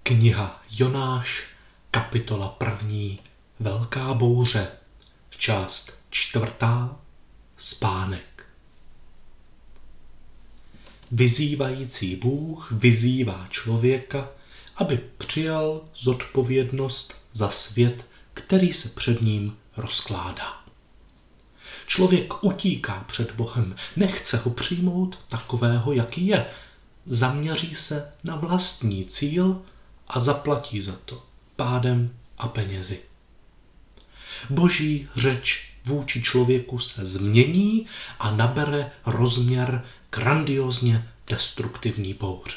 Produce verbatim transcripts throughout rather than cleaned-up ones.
Kniha Jonáš, kapitola první, Velká bouře, část čtvrtá, Spánek. Vyzývající Bůh vyzývá člověka, aby přijal zodpovědnost za svět, který se před ním rozkládá. Člověk utíká před Bohem, nechce ho přijmout takového, jaký je. Zaměří se na vlastní cíl a zaplatí za to pádem a penězi. Boží řeč vůči člověku se změní a nabere rozměr grandiozně destruktivní bouře.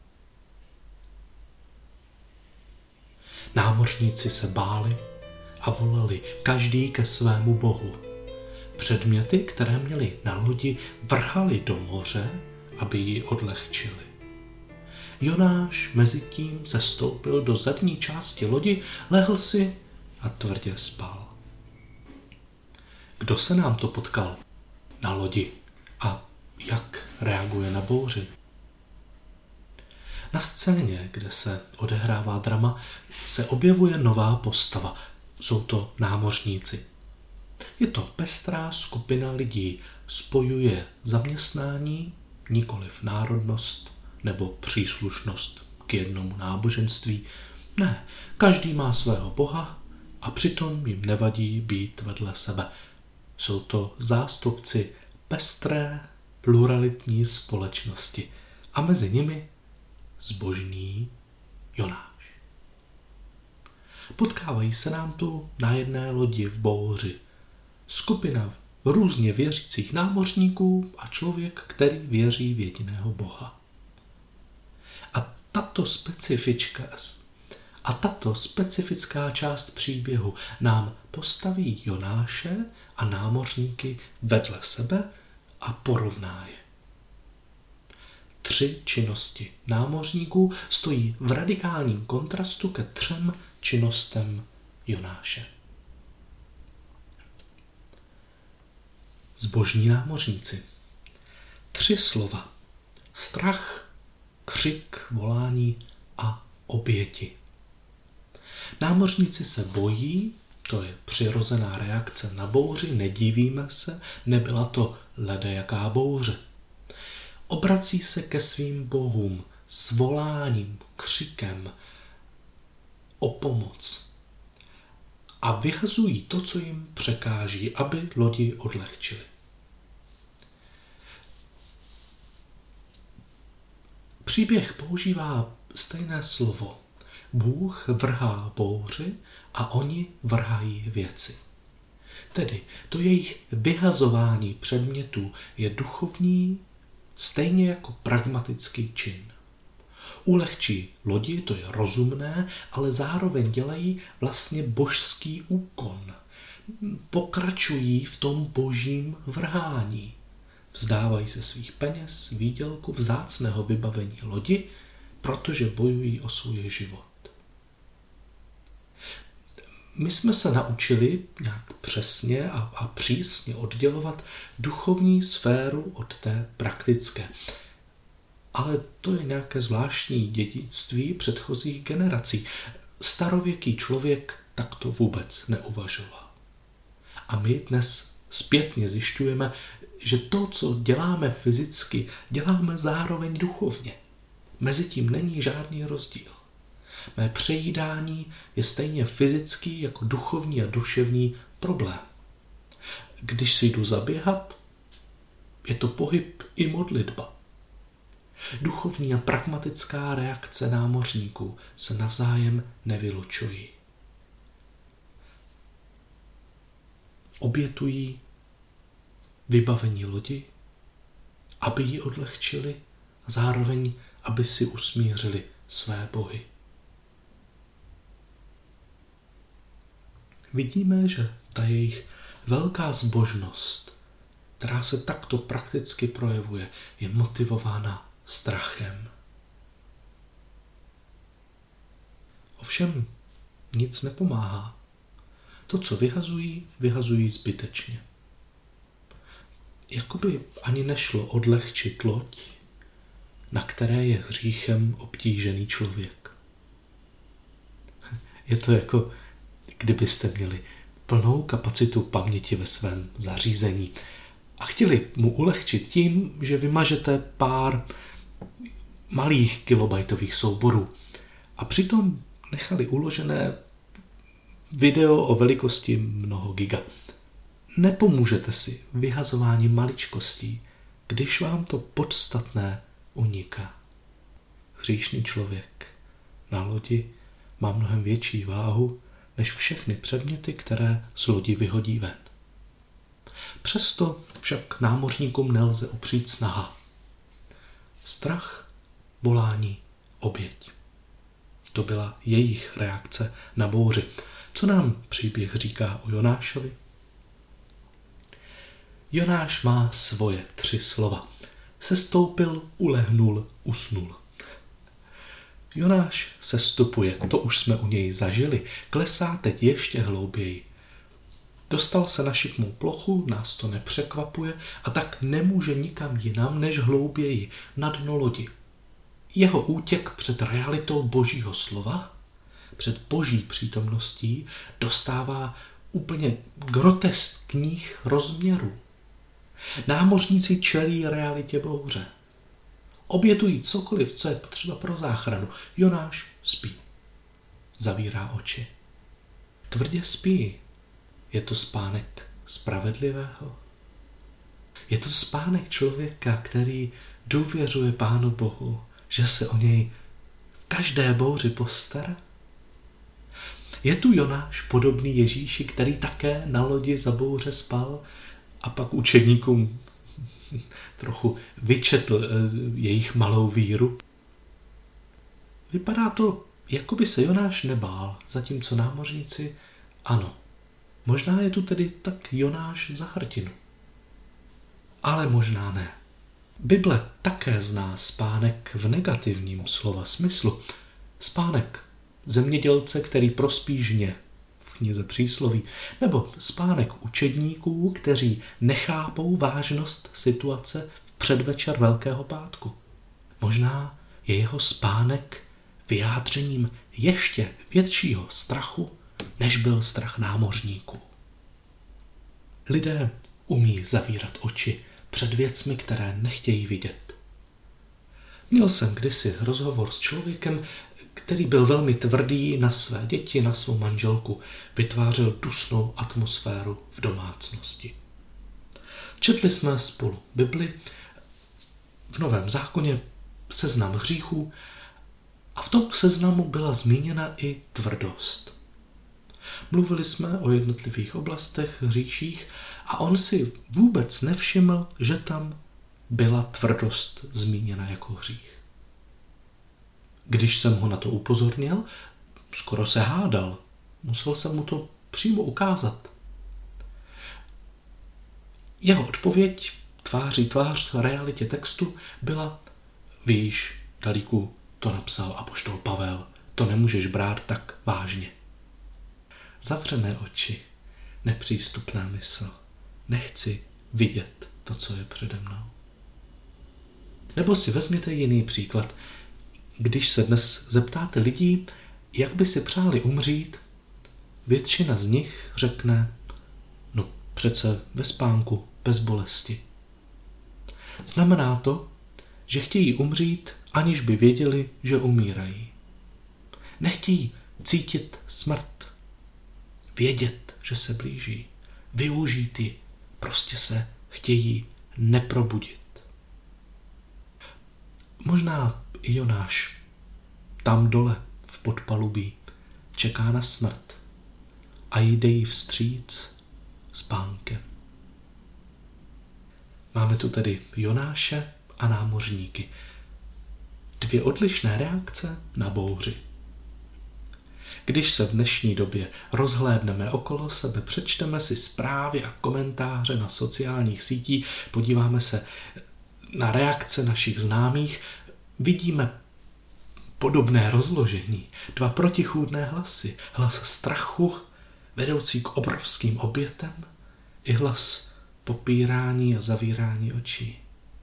Námořníci se báli a volali každý ke svému bohu. Předměty, které měli na lodi, vrhali do moře, aby ji odlehčili. Jonáš mezitím sestoupil do zadní části lodi, lehl si a tvrdě spal. Kdo se nám to potkal na lodi a jak reaguje na bouři? Na scéně, kde se odehrává drama, se objevuje nová postava. Jsou to námořníci. Je to pestrá skupina lidí, spojuje zaměstnání, nikoliv národnost nebo příslušnost k jednomu náboženství. Ne, každý má svého boha a přitom jim nevadí být vedle sebe. Jsou to zástupci pestré, pluralitní společnosti a mezi nimi zbožný Jonáš. Potkávají se nám tu na jedné lodi v bouři skupina různě věřících námořníků a člověk, který věří v jediného Boha. A tato specifička a tato specifická část příběhu nám postaví Jonáše a námořníky vedle sebe a porovná je. Tři činnosti námořníků stojí v radikálním kontrastu ke třem činnostem Jonáše. Zbožní námořníci. Tři slova. Strach, křik, volání a oběti. Námořníci se bojí, to je přirozená reakce na bouři, nedivíme se, nebyla to ledajaká bouře. Obrací se ke svým bohům s voláním, křikem o pomoc a vyhazují to, co jim překáží, aby lodi odlehčili. Příběh používá stejné slovo. Bůh vrhá bouři a oni vrhají věci. Tedy to jejich vyhazování předmětů je duchovní, stejně jako pragmatický čin. Ulehčí lodi, to je rozumné, ale zároveň dělají vlastně božský úkon. Pokračují v tom božím vrhání. Vzdávají se svých peněz, výdělku, vzácného vybavení lodi, protože bojují o svůj život. My jsme se naučili nějak přesně a, a přísně oddělovat duchovní sféru od té praktické. Ale to je nějaké zvláštní dědictví předchozích generací. Starověký člověk takto vůbec neuvažoval. A my dnes zpětně zjišťujeme, že to, co děláme fyzicky, děláme zároveň duchovně. Mezitím není žádný rozdíl. Mé přejídání je stejně fyzický jako duchovní a duševní problém. Když si jdu zaběhat, je to pohyb i modlitba. Duchovní a pragmatická reakce námořníků se navzájem nevylučují. Obětují vybavení lodi, aby ji odlehčili a zároveň, aby si usmířili své bohy. Vidíme, že ta jejich velká zbožnost, která se takto prakticky projevuje, je motivována strachem. Ovšem nic nepomáhá. To, co vyhazují, vyhazují zbytečně. Jakoby ani nešlo odlehčit loď, na které je hříchem obtížený člověk. Je to jako, kdybyste měli plnou kapacitu paměti ve svém zařízení a chtěli mu ulehčit tím, že vymažete pár malých kilobajtových souborů a přitom nechali uložené video o velikosti mnoho giga. Nepomůžete si vyhazováním maličkostí, když vám to podstatné uniká. Hříšný člověk na lodi má mnohem větší váhu než všechny předměty, které z lodi vyhodí ven. Přesto však námořníkům nelze upřít snaha. Strach, volání, oběť. To byla jejich reakce na bouři. Co nám příběh říká o Jonášovi? Jonáš má svoje tři slova. Sestoupil, ulehnul, usnul. Jonáš sestupuje, to už jsme u něj zažili, klesá teď ještě hlouběji. Dostal se na šikmou plochu, nás to nepřekvapuje a tak nemůže nikam jinam než hlouběji, na dno lodi. Jeho útěk před realitou Božího slova, před Boží přítomností, dostává úplně groteskních rozměrů. Námořníci čelí realitě bouře. Obětují cokoliv, co je potřeba pro záchranu. Jonáš spí. Zavírá oči. Tvrdě spí. Je to spánek spravedlivého. Je to spánek člověka, který důvěřuje Pánu Bohu, že se o něj v každé bouři postará. Je tu Jonáš podobný Ježíši, který také na lodi za bouře spal a pak učedníkům trochu vyčetl jejich malou víru. Vypadá to, jako by se Jonáš nebál, zatímco námořníci ano. Možná je tu tedy tak Jonáš za hrdinu. Ale možná ne. Bible také zná spánek v negativním slova smyslu. Spánek zemědělce, který prospí žně v knize Přísloví, nebo spánek učedníků, kteří nechápou vážnost situace v předvečer Velkého pátku. Možná je jeho spánek vyjádřením ještě většího strachu, než byl strach námořníků. Lidé umí zavírat oči před věcmi, které nechtějí vidět. Měl jsem kdysi rozhovor s člověkem, který byl velmi tvrdý na své děti, na svou manželku, vytvářel dusnou atmosféru v domácnosti. Četli jsme spolu Bibli, v Novém zákoně seznam hříchů a v tom seznamu byla zmíněna i tvrdost. Mluvili jsme o jednotlivých oblastech, hříších a on si vůbec nevšiml, že tam byla tvrdost zmíněna jako hřích. Když jsem ho na to upozornil, skoro se hádal. Musel jsem mu to přímo ukázat. Jeho odpověď tváří tvář realitě textu byla: víš, Dalíku, to napsal apoštol Pavel, to nemůžeš brát tak vážně. Zavřené oči, nepřístupná mysl, nechci vidět to, co je přede mnou. Nebo si vezměte jiný příklad. Když se dnes zeptáte lidí, jak by si přáli umřít, většina z nich řekne, no přece ve spánku, bez bolesti. Znamená to, že chtějí umřít, aniž by věděli, že umírají. Nechtějí cítit smrt, vědět, že se blíží, využít ji, prostě se chtějí neprobudit. Možná i Jonáš tam dole v podpalubí čeká na smrt a jde jí vstříc spánkem. Máme tu tedy Jonáše a námořníky. Dvě odlišné reakce na bouři. Když se v dnešní době rozhlédneme okolo sebe, přečteme si zprávy a komentáře na sociálních sítích, podíváme se na reakce našich známých, vidíme podobné rozložení. Dva protichůdné hlasy. Hlas strachu, vedoucí k obrovským obětem, i hlas popírání a zavírání očí.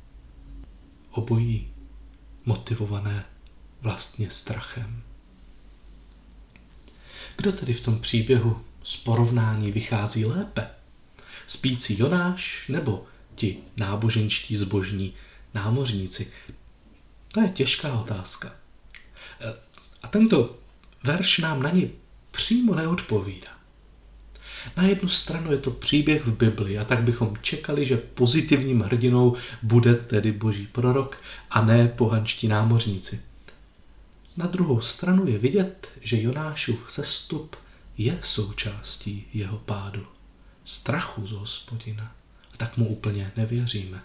Obojí motivované vlastně strachem. Kdo tedy v tom příběhu z porovnání vychází lépe? Spící Jonáš nebo ti náboženští zbožní námořníci? To je těžká otázka. A tento verš nám na ní přímo neodpovídá. Na jednu stranu je to příběh v Bibli a tak bychom čekali, že pozitivním hrdinou bude tedy boží prorok a ne pohanští námořníci. Na druhou stranu je vidět, že Jonášův sestup je součástí jeho pádu, strachu z Hospodina, a tak mu úplně nevěříme.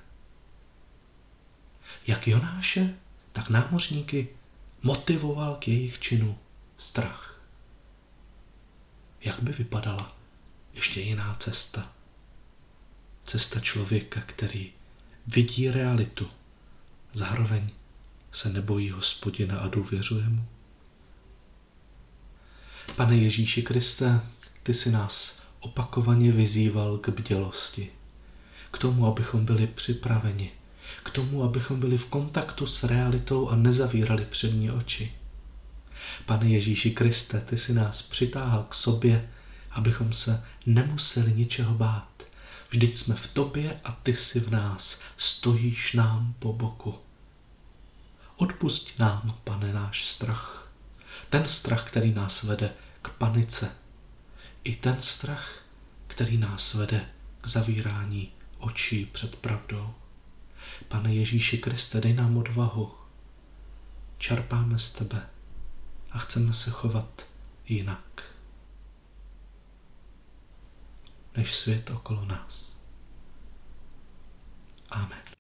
Jak Jonáše, tak námořníky motivoval k jejich činu strach. Jak by vypadala ještě jiná cesta? Cesta člověka, který vidí realitu, zároveň se nebojí Hospodina a důvěřuje mu. Pane Ježíši Kriste, ty jsi nás opakovaně vyzýval k bdělosti, k tomu, abychom byli připraveni, k tomu, abychom byli v kontaktu s realitou a nezavírali před ní oči. Pane Ježíši Kriste, ty jsi nás přitáhal k sobě, abychom se nemuseli ničeho bát. Vždyť jsme v tobě a ty jsi v nás, stojíš nám po boku. Odpusť nám, Pane, náš strach. Ten strach, který nás vede k panice. I ten strach, který nás vede k zavírání očí před pravdou. Pane Ježíši Kriste, dej nám odvahu. Čerpáme z tebe a chceme se chovat jinak než svět okolo nás. Amen.